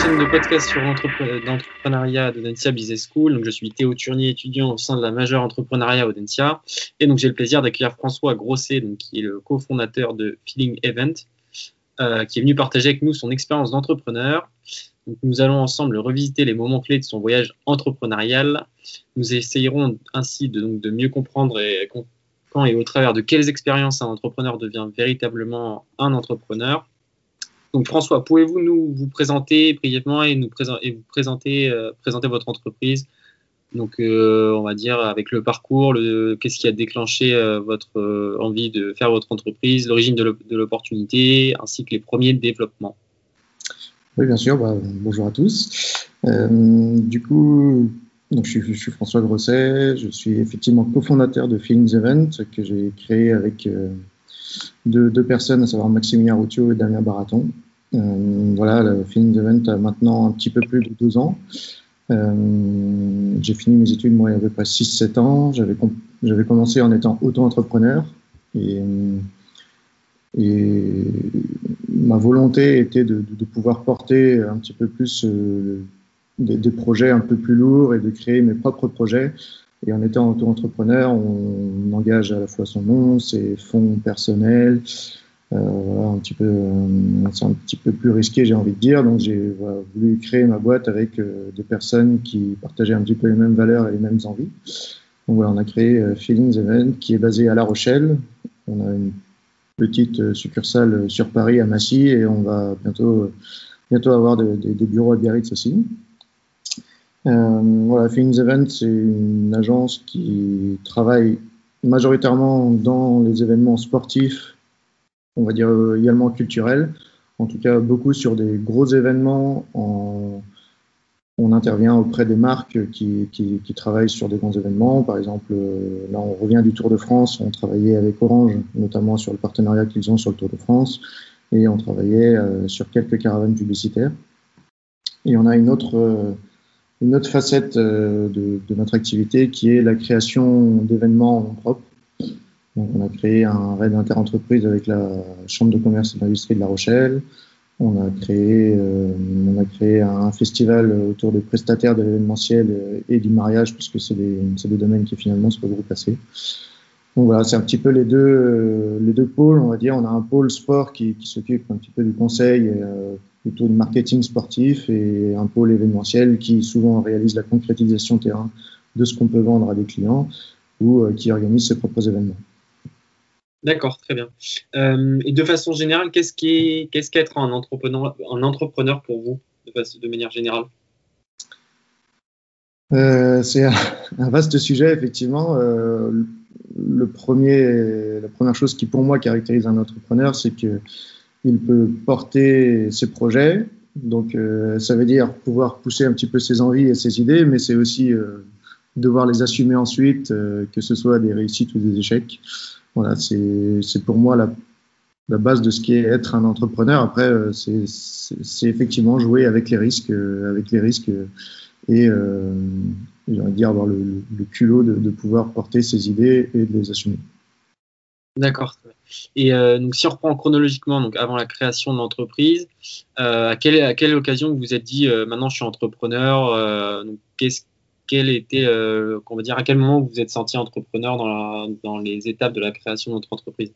chaîne de podcast sur d'entrepreneuriat d'Audencia Business School. Donc, je suis Théo Turnier, étudiant au sein de la majeure entrepreneuriat Audencia. Et donc, j'ai le plaisir d'accueillir François Grosset, donc, qui est le cofondateur de Feeling Event, qui est venu partager avec nous son expérience d'entrepreneur. Donc, nous allons ensemble revisiter les moments clés de son voyage entrepreneurial. Nous essayerons ainsi de mieux comprendre quand et au travers de quelles expériences un entrepreneur devient véritablement un entrepreneur. Donc François, pouvez-vous vous présenter brièvement et vous présenter votre entreprise? Donc on va dire avec le parcours, qu'est-ce qui a déclenché votre envie de faire votre entreprise, l'origine de l'opportunité, ainsi que les premiers développements. Oui, bien sûr. Bonjour à tous. Du coup, donc je suis François Grosset. Je suis effectivement cofondateur de Feeling Event que j'ai créé avec deux personnes, à savoir Maximilien Routhiot et Damien Baraton. Voilà, le Feeling Event a maintenant un petit peu plus de 12 ans. J'ai fini mes études, moi, il y a à peu près 6-7 ans. J'avais commencé en étant auto-entrepreneur et ma volonté était de pouvoir porter un petit peu plus des projets un peu plus lourds et de créer mes propres projets. Et en étant auto-entrepreneur, on engage à la fois son nom, ses fonds personnels. Voilà, c'est un petit peu plus risqué, j'ai envie de dire. Donc, j'ai voulu créer ma boîte avec des personnes qui partageaient un petit peu les mêmes valeurs et les mêmes envies. Donc, voilà, on a créé Feelings Event, qui est basé à La Rochelle. On a une petite succursale sur Paris, à Massy, et on va bientôt avoir des bureaux à Biarritz aussi. Voilà, Feelings Event, c'est une agence qui travaille majoritairement dans les événements sportifs, on va dire également culturels, en tout cas beaucoup sur des gros événements. On intervient auprès des marques qui travaillent sur des grands événements. Par exemple, là on revient du Tour de France, on travaillait avec Orange, notamment sur le partenariat qu'ils ont sur le Tour de France, et on travaillait sur quelques caravanes publicitaires. Et on a une autre facette de notre activité qui est la création d'événements en nom propre. Donc, on a créé un raid interentreprise avec la Chambre de commerce et d'industrie de La Rochelle. On a créé un festival autour des prestataires de l'événementiel et du mariage, puisque c'est des domaines qui finalement se regroupent assez. Donc voilà, c'est un petit peu les deux pôles, on va dire. On a un pôle sport qui s'occupe un petit peu du conseil, plutôt du marketing sportif, et un pôle événementiel qui souvent réalise la concrétisation terrain de ce qu'on peut vendre à des clients ou qui organise ses propres événements. D'accord, très bien. Et de façon générale, qu'est-ce qu'être un entrepreneur pour vous, de manière générale? C'est un vaste sujet, effectivement. La première chose qui, pour moi, caractérise un entrepreneur, c'est qu'il peut porter ses projets. Donc, ça veut dire pouvoir pousser un petit peu ses envies et ses idées, mais c'est aussi devoir les assumer ensuite, que ce soit des réussites ou des échecs. Voilà, c'est pour moi la base de ce qui est être un entrepreneur. Après, c'est effectivement jouer avec les risques et j'ai envie de dire avoir le culot de pouvoir porter ses idées et de les assumer. D'accord. Et donc, si on reprend chronologiquement, donc avant la création de l'entreprise, à quelle occasion vous vous êtes dit maintenant je suis entrepreneur, donc on va dire, à quel moment vous vous êtes senti entrepreneur dans les étapes de la création de notre entreprise?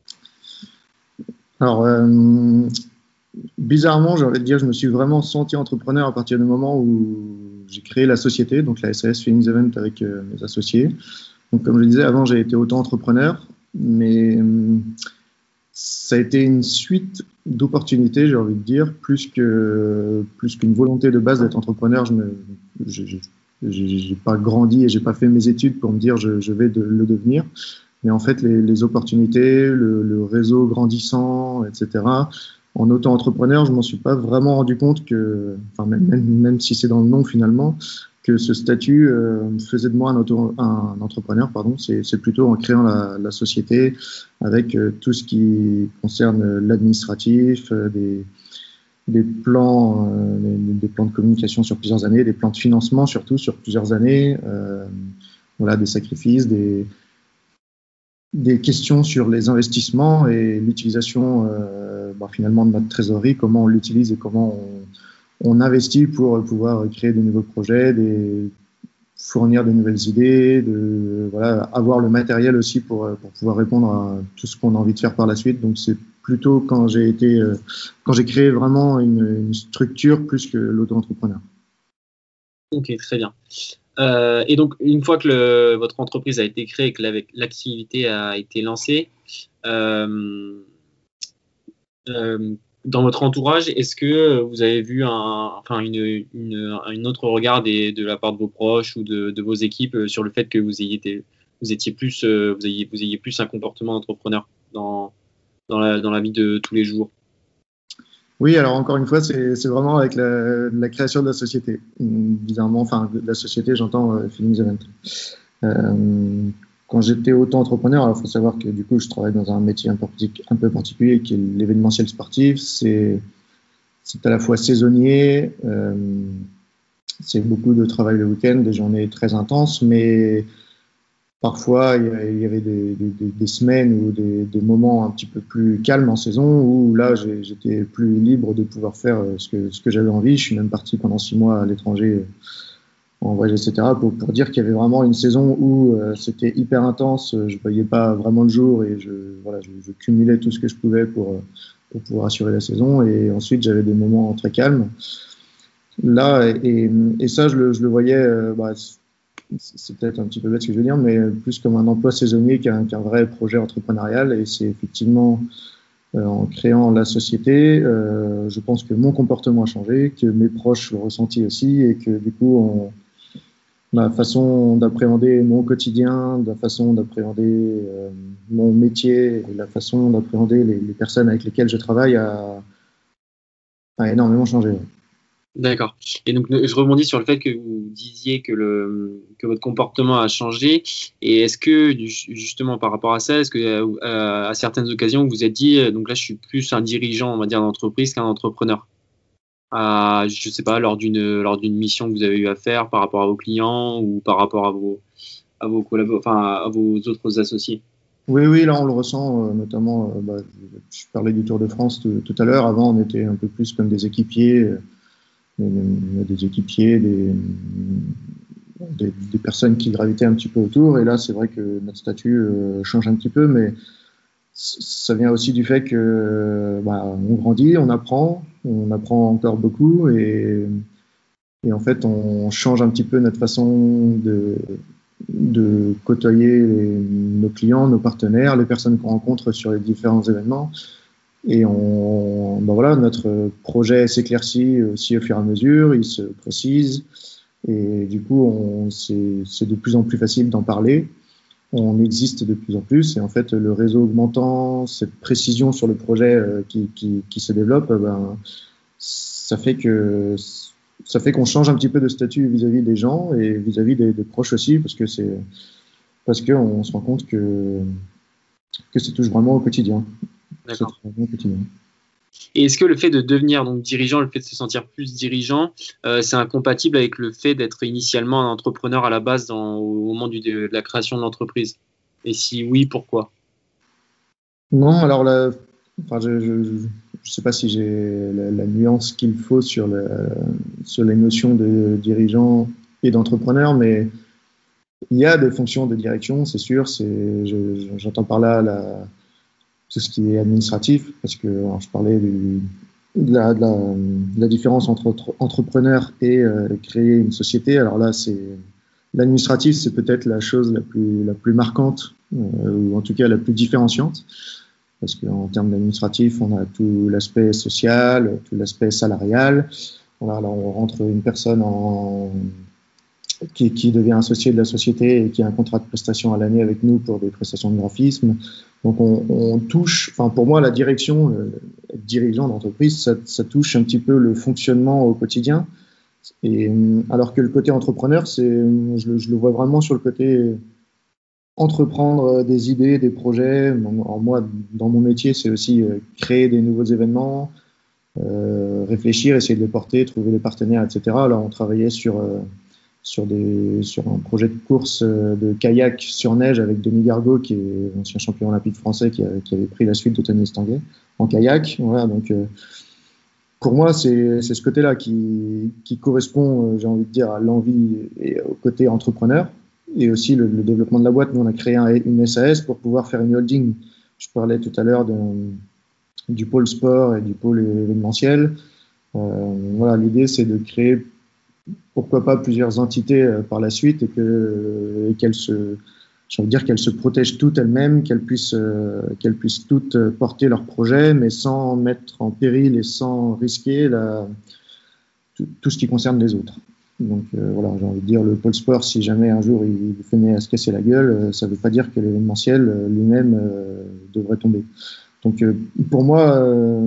Alors, bizarrement, j'ai envie de dire, je me suis vraiment senti entrepreneur à partir du moment où j'ai créé la société, donc la SAS Feelings Event avec mes associés. Donc, comme je le disais, avant, j'ai été auto-entrepreneur, mais ça a été une suite d'opportunités, j'ai envie de dire, plus qu'une volonté de base d'être entrepreneur. J'ai pas grandi et j'ai pas fait mes études pour me dire je vais le devenir. Mais en fait, les opportunités, le réseau grandissant, etc. En auto-entrepreneur, je m'en suis pas vraiment rendu compte même si c'est dans le nom finalement, que ce statut faisait de moi un entrepreneur. C'est plutôt en créant la société avec tout ce qui concerne l'administratif, des plans de communication sur plusieurs années, des plans de financement surtout sur plusieurs années, voilà, des sacrifices, des questions sur les investissements et l'utilisation finalement de notre trésorerie, comment on l'utilise et comment on investit pour pouvoir créer de nouveaux projets, fournir de nouvelles idées, avoir le matériel aussi pour pouvoir répondre à tout ce qu'on a envie de faire par la suite. Donc c'est plutôt quand j'ai créé vraiment une structure plus que l'auto-entrepreneur. Ok, très bien. Et donc, une fois que votre entreprise a été créée et que l'activité a été lancée, dans votre entourage, est-ce que vous avez vu une autre regard de la part de vos proches ou de vos équipes sur le fait que vous ayez plus un comportement d'entrepreneur dans la vie de tous les jours? Oui, alors encore une fois, c'est vraiment avec la création de la société. Bizarrement, enfin, de la société, j'entends Feelings Event. Quand j'étais auto-entrepreneur, il faut savoir que du coup, je travaille dans un métier un peu particulier qui est l'événementiel sportif. C'est à la fois saisonnier, c'est beaucoup de travail le week-end, des journées très intenses, mais parfois, il y avait des semaines ou des moments un petit peu plus calmes en saison où là, j'étais plus libre de pouvoir faire ce que j'avais envie. Je suis même parti pendant 6 mois à l'étranger en voyage, etc. pour dire qu'il y avait vraiment une saison où c'était hyper intense. Je voyais pas vraiment le jour et je cumulais tout ce que je pouvais pour pouvoir assurer la saison. Et ensuite, j'avais des moments très calmes. Là, et ça, je le voyais. C'est peut-être un petit peu bête ce que je veux dire, mais plus comme un emploi saisonnier qu'un vrai projet entrepreneurial. Et c'est effectivement en créant la société, je pense que mon comportement a changé, que mes proches l'ont ressenti aussi, et que du coup, ma façon d'appréhender mon quotidien, la façon d'appréhender mon métier, et la façon d'appréhender les personnes avec lesquelles je travaille a énormément changé. D'accord. Et donc, je rebondis sur le fait que vous disiez que votre comportement a changé. Et est-ce que, justement, par rapport à ça, est-ce que à certaines occasions, vous vous êtes dit, donc là, je suis plus un dirigeant, on va dire, d'entreprise qu'un entrepreneur? Je sais pas, lors d'une mission que vous avez eu à faire par rapport à vos clients ou par rapport à à vos autres associés? Oui, là on le ressent, notamment, je parlais du Tour de France tout à l'heure. Avant, on était un peu plus comme des équipiers. Des équipiers, des personnes qui gravitaient un petit peu autour. Et là, c'est vrai que notre statut change un petit peu, mais ça vient aussi du fait que on grandit, on apprend encore beaucoup, et en fait, on change un petit peu notre façon de côtoyer nos clients, nos partenaires, les personnes qu'on rencontre sur les différents événements. Et notre projet s'éclaircit aussi au fur et à mesure, il se précise, et du coup, c'est de plus en plus facile d'en parler. On existe de plus en plus, et en fait, le réseau augmentant, cette précision sur le projet qui se développe, ça fait qu'on change un petit peu de statut vis-à-vis des gens et vis-à-vis des proches aussi, parce qu'on se rend compte que ça touche vraiment au quotidien. D'accord. Et est-ce que le fait de devenir donc dirigeant, le fait de se sentir plus dirigeant, c'est incompatible avec le fait d'être initialement un entrepreneur à la base au moment de la création de l'entreprise? Et si oui, pourquoi? Non, alors je sais pas si j'ai la nuance qu'il faut sur les notions de dirigeant et d'entrepreneur, mais il y a des fonctions de direction, c'est sûr. J'entends par là tout ce qui est administratif, parce que alors, je parlais de la différence entre entrepreneur et créer une société. Alors là, l'administratif, c'est peut-être la chose la plus marquante, ou en tout cas la plus différenciante, parce qu'en termes d'administratif, on a tout l'aspect social, tout l'aspect salarial. Voilà, là, on rentre une personne qui devient associé de la société et qui a un contrat de prestation à l'année avec nous pour des prestations de graphisme. Donc on touche, enfin pour moi la direction, être dirigeant d'entreprise, ça touche un petit peu le fonctionnement au quotidien. Et alors que le côté entrepreneur, je le vois vraiment sur le côté entreprendre des idées, des projets. Alors moi, dans mon métier, c'est aussi créer des nouveaux événements, réfléchir, essayer de les porter, trouver des partenaires, etc. Là, on travaillait sur un projet de course de kayak sur neige avec Denis Gargaud, qui est ancien champion olympique français, qui avait pris la suite de Tony Estanguet en kayak. Voilà, donc pour moi, c'est ce côté-là qui correspond, j'ai envie de dire, à l'envie et au côté entrepreneur, et aussi le développement de la boîte. Nous, on a créé une SAS pour pouvoir faire une holding. Je parlais tout à l'heure du pôle sport et du pôle événementiel. Voilà, l'idée, c'est de créer, pourquoi pas, plusieurs entités par la suite, et qu'elles se, j'ai envie de dire, qu'elles se protègent toutes elles-mêmes, qu'elles puissent toutes porter leurs projets, mais sans mettre en péril et sans risquer tout ce qui concerne les autres. Donc voilà, j'ai envie de dire, le pôle sport, si jamais un jour il venait à se casser la gueule, ça ne veut pas dire que l'événementiel lui-même devrait tomber. Donc pour moi,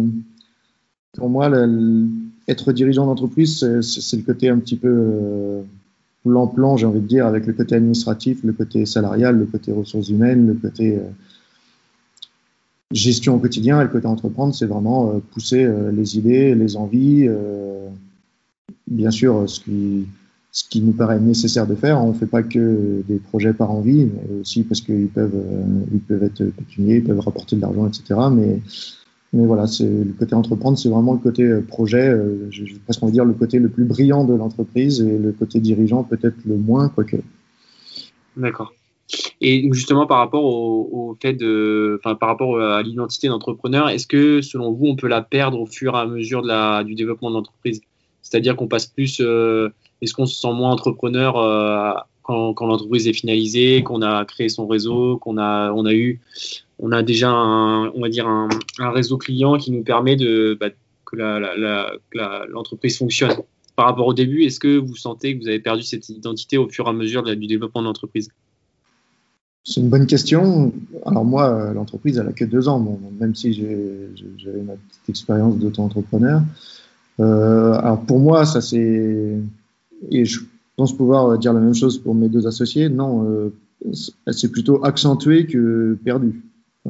être dirigeant d'entreprise, c'est le côté un petit peu plan-plan, j'ai envie de dire, avec le côté administratif, le côté salarial, le côté ressources humaines, le côté gestion au quotidien, et le côté entreprendre, c'est vraiment pousser les idées, les envies, bien sûr, ce qui nous paraît nécessaire de faire. On ne fait pas que des projets par envie, mais aussi parce qu'ils peuvent être pécuniers, ils peuvent rapporter de l'argent, etc. Mais voilà, c'est le côté entreprendre, c'est vraiment le côté projet, je vais presque envie de dire le côté le plus brillant de l'entreprise, et le côté dirigeant peut-être le moins, quoique. D'accord. Et justement, par rapport au fait par rapport à l'identité d'entrepreneur, est-ce que selon vous, on peut la perdre au fur et à mesure du développement de l'entreprise? C'est-à-dire qu'on passe plus, est-ce qu'on se sent moins entrepreneur quand l'entreprise est finalisée, qu'on a créé son réseau, on a déjà on va dire un réseau client qui nous permet que l'entreprise fonctionne. Par rapport au début, est-ce que vous sentez que vous avez perdu cette identité au fur et à mesure du développement de l'entreprise? C'est une bonne question. Alors moi, l'entreprise, elle a que 2 ans, bon, même si j'avais ma petite expérience d'auto-entrepreneur. Alors pour moi, ça c'est, et je pense pouvoir dire la même chose pour mes 2 associés. Non, c'est plutôt accentué que perdu.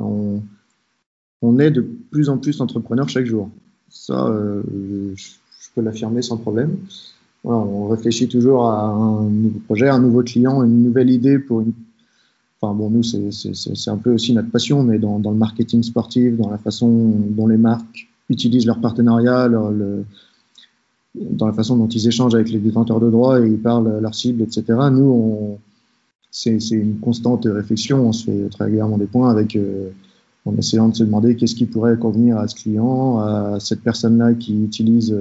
On est de plus en plus entrepreneur chaque jour. Ça, je peux l'affirmer sans problème. Voilà, on réfléchit toujours à un nouveau projet, un nouveau client, une nouvelle idée pour une. Enfin bon, nous, c'est un peu aussi notre passion, mais dans le marketing sportif, dans la façon dont les marques utilisent leurs partenariats, dans la façon dont ils échangent avec les détenteurs de droits et ils parlent à leur cible, etc. Nous, c'est une constante réflexion. On se fait très régulièrement des points en essayant de se demander qu'est-ce qui pourrait convenir à ce client, à cette personne-là qui utilise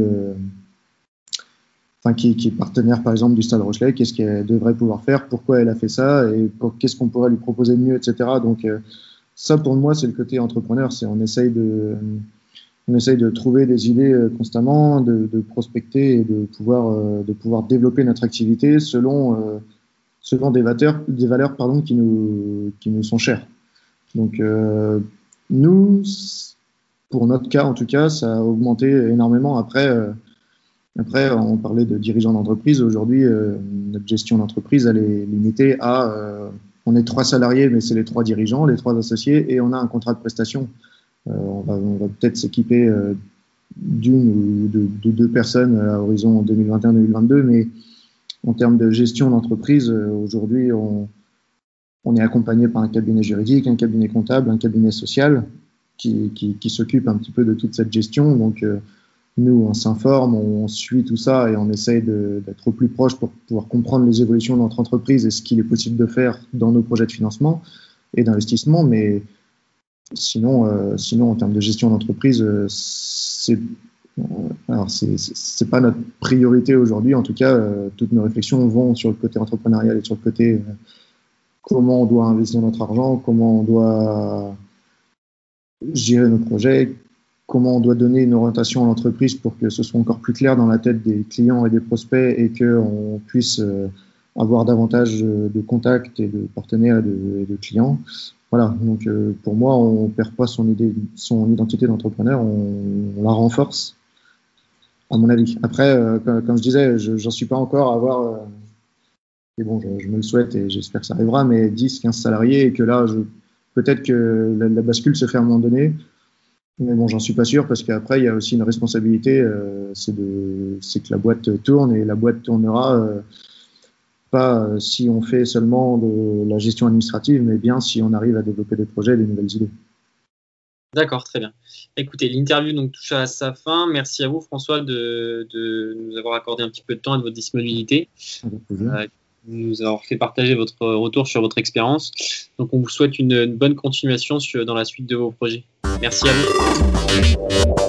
qui est partenaire par exemple du Stade Rochelet, qu'est-ce qu'elle devrait pouvoir faire, pourquoi elle a fait ça, et qu'est-ce qu'on pourrait lui proposer de mieux, etc. Donc ça pour moi c'est le côté entrepreneur, c'est on essaye de trouver des idées constamment, de prospecter et de pouvoir développer notre activité selon des valeurs qui nous sont chères. Donc nous, pour notre cas en tout cas, ça a augmenté énormément. Après, on parlait de dirigeants d'entreprise. Aujourd'hui, notre gestion d'entreprise, elle est limitée à on est 3 salariés, mais c'est les 3 dirigeants, les 3 associés, et on a un contrat de prestation. On va peut-être s'équiper d'une ou de 2 personnes à horizon 2021-2022, mais en termes de gestion d'entreprise, aujourd'hui, on est accompagné par un cabinet juridique, un cabinet comptable, un cabinet social qui s'occupe un petit peu de toute cette gestion. Donc, nous, on s'informe, on suit tout ça et on essaye d'être au plus proche pour pouvoir comprendre les évolutions de notre entreprise et ce qu'il est possible de faire dans nos projets de financement et d'investissement. Mais sinon, en termes de gestion d'entreprise, c'est pas notre priorité aujourd'hui. En tout cas, toutes nos réflexions vont sur le côté entrepreneurial et sur le côté comment on doit investir notre argent, comment on doit gérer nos projets, comment on doit donner une orientation à l'entreprise pour que ce soit encore plus clair dans la tête des clients et des prospects et qu'on puisse avoir davantage de contacts et de partenaires et de clients. Voilà, donc pour moi, on ne perd pas son identité d'entrepreneur, on la renforce, à mon avis. Après, comme je disais, j'en suis pas encore à avoir, et bon, je me le souhaite et j'espère que ça arrivera, mais 10, 15 salariés et que là, peut-être que la bascule se fait à un moment donné. Mais bon, j'en suis pas sûr parce qu'après, il y a aussi une responsabilité, c'est que la boîte tourne et la boîte tournera pas si on fait seulement de la gestion administrative, mais bien si on arrive à développer des projets et des nouvelles idées. D'accord, très bien. Écoutez, l'interview donc touche à sa fin. Merci à vous, François, de nous avoir accordé un petit peu de temps et de votre disponibilité, de nous avoir fait partager votre retour sur votre expérience. Donc, on vous souhaite une bonne continuation dans la suite de vos projets. Merci à vous.